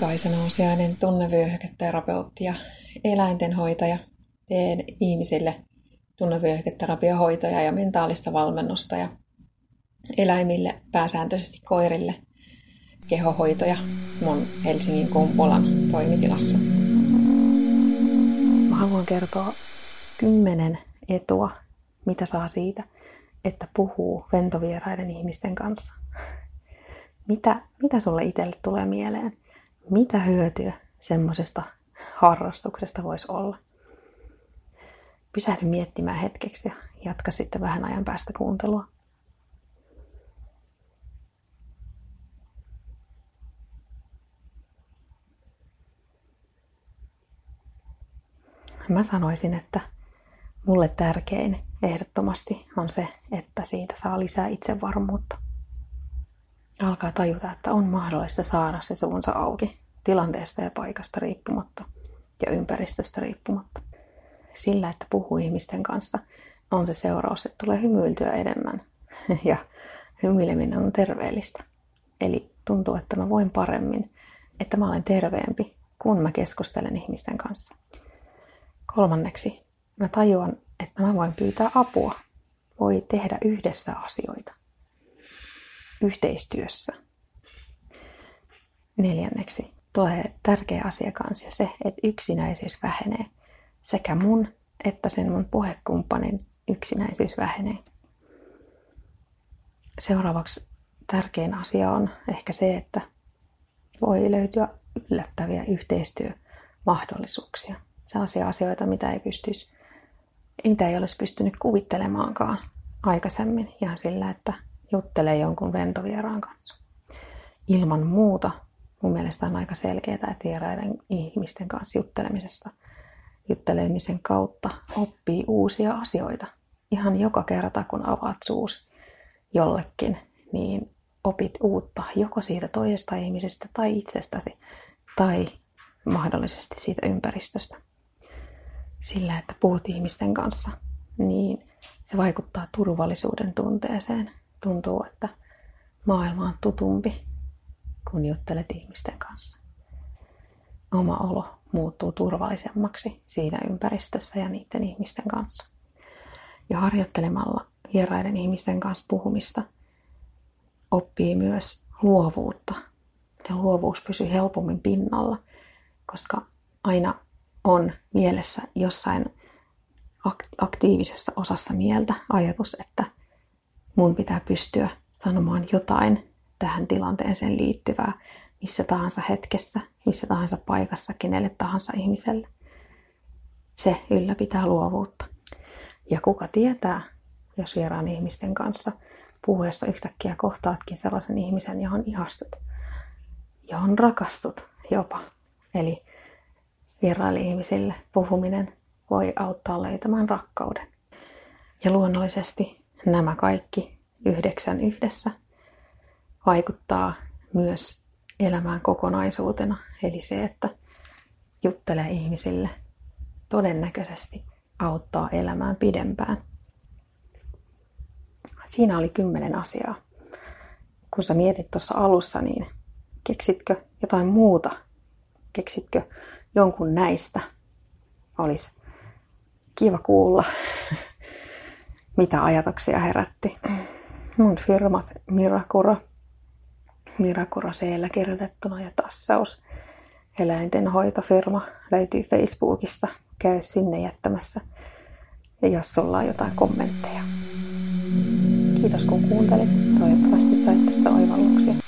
Kaisa Nousiainen, tunnevyöhyketerapeutti ja eläintenhoitaja. Teen ihmisille tunnevyöhyketerapiohoitoja ja mentaalista valmennusta ja eläimille, pääsääntöisesti koirille, kehohoitoja mun Helsingin Kumpulan toimitilassa. Mä haluan kertoa 10 etua, mitä saa siitä, että puhuu ventovieraiden ihmisten kanssa. Mitä sulle itselle tulee mieleen? Mitä hyötyä semmoisesta harrastuksesta voisi olla? Pysähdy miettimään hetkeksi ja jatka sitten vähän ajan päästä kuuntelua. Mä sanoisin, että mulle tärkein ehdottomasti on se, että siitä saa lisää itsevarmuutta. Alkaa tajuta, että on mahdollista saada se suunsa auki tilanteesta ja paikasta riippumatta ja ympäristöstä riippumatta. Sillä, että puhuu ihmisten kanssa, on se seuraus, että tulee hymyiltyä enemmän ja hymyileminen on terveellistä. Eli tuntuu, että mä voin paremmin, että mä olen terveempi, kun mä keskustelen ihmisten kanssa. 3. Mä tajuan, että mä voin pyytää apua. Voi tehdä yhdessä asioita. Yhteistyössä. 4. Tulee tärkeä asia kanssa se, että yksinäisyys vähenee. Sekä mun että sen mun puhekumppanin yksinäisyys vähenee. Seuraavaksi tärkein asia on ehkä se, että voi löytyä yllättäviä yhteistyömahdollisuuksia. Sellaisia asioita, mitä ei olisi pystynyt kuvittelemaankaan aikaisemmin. Ihan sillä, että juttelee jonkun ventovieraan kanssa. Ilman muuta mun mielestä on aika selkeää, että vieraiden ihmisten kanssa juttelemisen kautta oppii uusia asioita. Ihan joka kerta, kun avaat suus jollekin, niin opit uutta joko siitä toisesta ihmisestä tai itsestäsi tai mahdollisesti siitä ympäristöstä. Sillä, että puhut ihmisten kanssa, niin se vaikuttaa turvallisuuden tunteeseen. Tuntuu, että maailma on tutumpi, kun juttelet ihmisten kanssa. Oma olo muuttuu turvallisemmaksi siinä ympäristössä ja niiden ihmisten kanssa. Ja harjoittelemalla vieraiden ihmisten kanssa puhumista oppii myös luovuutta. Ja luovuus pysyy helpommin pinnalla, koska aina on mielessä jossain aktiivisessa osassa mieltä ajatus, että mun pitää pystyä sanomaan jotain tähän tilanteeseen liittyvää missä tahansa hetkessä, missä tahansa paikassa, kenelle tahansa ihmiselle. Se ylläpitää luovuutta. Ja kuka tietää, jos vieraan ihmisten kanssa puhuessa yhtäkkiä kohtaatkin sellaisen ihmisen, johon ihastut, johon rakastut jopa. Eli vieraille ihmisille puhuminen voi auttaa löytämään rakkauden. Ja luonnollisesti nämä kaikki 9 yhdessä vaikuttaa myös elämään kokonaisuutena. Eli se, että juttelee ihmisille, todennäköisesti auttaa elämään pidempään. Siinä oli 10 asiaa. Kun sä mietit tuossa alussa, niin keksitkö jotain muuta? Keksitkö jonkun näistä? Olisi kiva kuulla, mitä ajatuksia herätti. Mun firmat Mirakura C-llä kirjoitettuna ja Tassaus eläintenhoitofirma löytyy Facebookista. Käy sinne jättämässä, ja jos sulla on jotain kommentteja. Kiitos kun kuuntelit. Toivottavasti sait tästä oivalluksia.